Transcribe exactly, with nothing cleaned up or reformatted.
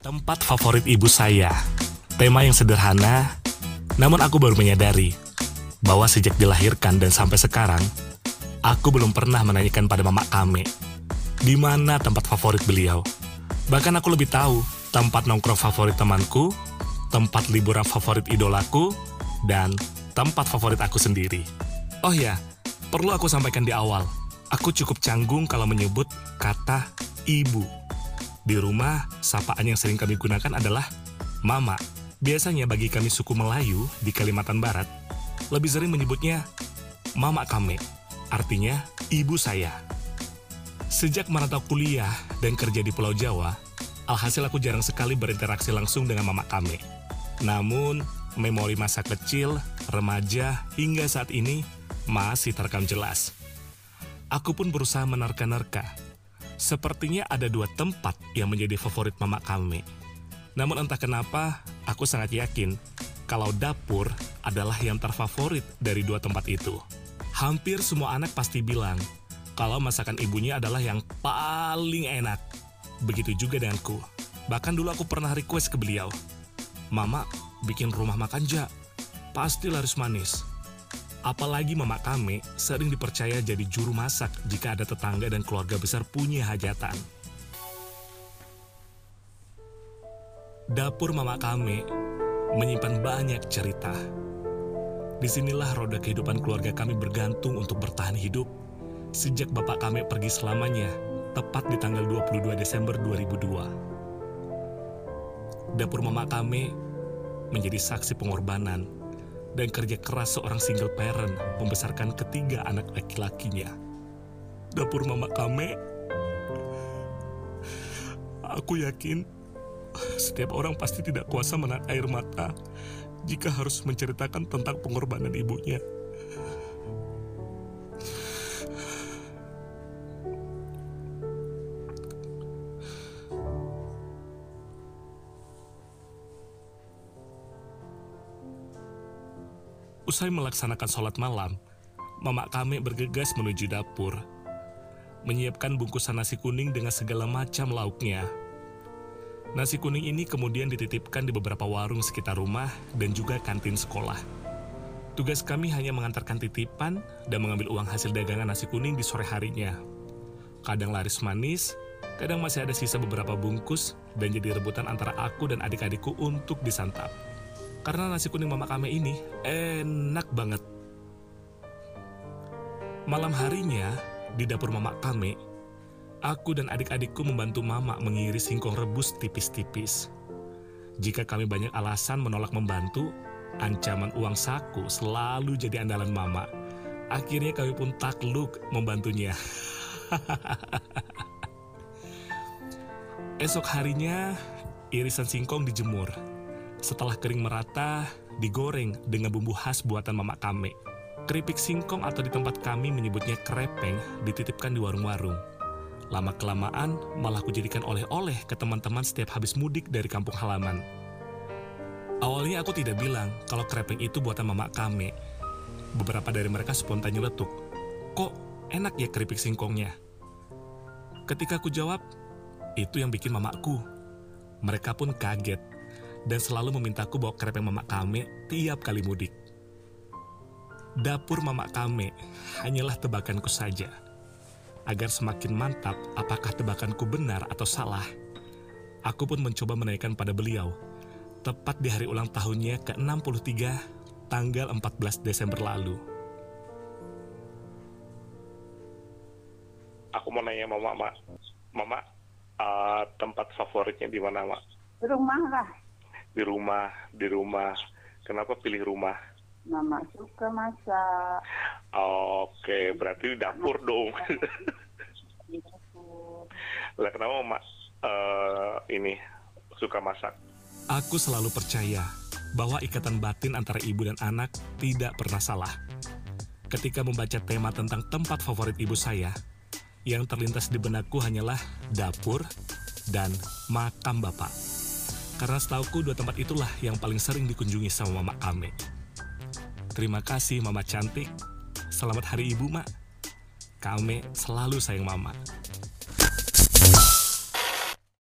Tempat favorit ibu saya. Tema yang sederhana, namun aku baru menyadari bahwa sejak dilahirkan dan sampai sekarang, aku belum pernah menanyakan pada Mama Kame, di mana tempat favorit beliau. Bahkan aku lebih tahu tempat nongkrong favorit temanku, tempat liburan favorit idolaku, dan tempat favorit aku sendiri. Oh ya, perlu aku sampaikan di awal, aku cukup canggung kalau menyebut kata ibu. Di rumah, sapaan yang sering kami gunakan adalah Mama. Biasanya bagi kami suku Melayu di Kalimantan Barat, lebih sering menyebutnya Mama Kame, artinya ibu saya. Sejak merantau kuliah dan kerja di Pulau Jawa, alhasil aku jarang sekali berinteraksi langsung dengan Mama Kame. Namun, memori masa kecil, remaja, hingga saat ini masih terekam jelas. Aku pun berusaha menerka-nerka. Sepertinya ada dua tempat yang menjadi favorit Mama Kame. Namun entah kenapa, aku sangat yakin kalau dapur adalah yang terfavorit dari dua tempat itu. Hampir semua anak pasti bilang kalau masakan ibunya adalah yang paling enak. Begitu juga denganku. Bahkan dulu aku pernah request ke beliau, "Mama, bikin rumah makan ja, pasti laris manis." Apalagi Mama Kame sering dipercaya jadi juru masak jika ada tetangga dan keluarga besar punya hajatan. Dapur Mama Kame menyimpan banyak cerita. Disinilah roda kehidupan keluarga kami bergantung untuk bertahan hidup sejak Bapak kami pergi selamanya, tepat di tanggal dua puluh dua Desember dua ribu dua. Dapur Mama Kame menjadi saksi pengorbanan dan kerja keras seorang single parent membesarkan ketiga anak laki-lakinya. Dapur Mama Kame, aku yakin setiap orang pasti tidak kuasa menahan air mata jika harus menceritakan tentang pengorbanan ibunya. Usai melaksanakan sholat malam, Mama Kame bergegas menuju dapur, menyiapkan bungkusan nasi kuning dengan segala macam lauknya. Nasi kuning ini kemudian dititipkan di beberapa warung sekitar rumah dan juga kantin sekolah. Tugas kami hanya mengantarkan titipan dan mengambil uang hasil dagangan nasi kuning di sore harinya. Kadang laris manis, kadang masih ada sisa beberapa bungkus dan jadi rebutan antara aku dan adik-adikku untuk disantap. Karena nasi kuning Mama Kame ini enak banget. Malam harinya, di dapur Mama Kame, aku dan adik-adikku membantu Mama mengiris singkong rebus tipis-tipis. Jika kami banyak alasan menolak membantu, ancaman uang saku selalu jadi andalan Mama. Akhirnya kami pun takluk membantunya. Esok harinya, irisan singkong dijemur. Setelah kering merata, digoreng dengan bumbu khas buatan Mama Kame. Keripik singkong atau di tempat kami menyebutnya krepeng dititipkan di warung-warung. Lama-kelamaan malah kujadikan oleh-oleh ke teman-teman setiap habis mudik dari kampung halaman. Awalnya aku tidak bilang kalau krepeng itu buatan Mama Kame. Beberapa dari mereka spontan nyeletuk, "Kok enak ya keripik singkongnya?" Ketika aku jawab, "Itu yang bikin mamaku." Mereka pun kaget dan selalu memintaku bawa krepeng Mama Kame tiap kali mudik. Dapur Mama Kame hanyalah tebakanku saja. Agar semakin mantap apakah tebakanku benar atau salah, aku pun mencoba menanyakan pada beliau, tepat di hari ulang tahunnya ke enam puluh tiga, tanggal empat belas Desember lalu. Aku mau nanya Mama, Mak. Mama, uh, tempat favoritnya di mana, Mak? Di rumah lah. Di rumah, di rumah. Kenapa pilih rumah? Mama suka masak. Oke, berarti di dapur dong. Di dapur. Lah kenapa Mama uh, ini suka masak? Aku selalu percaya bahwa ikatan batin antara ibu dan anak tidak pernah salah. Ketika membaca tema tentang tempat favorit ibu saya, yang terlintas di benakku hanyalah dapur dan makam bapak. Karena setauku dua tempat itulah yang paling sering dikunjungi sama Mama Kame. Terima kasih Mama cantik. Selamat Hari Ibu, Mak. Kame selalu sayang Mama.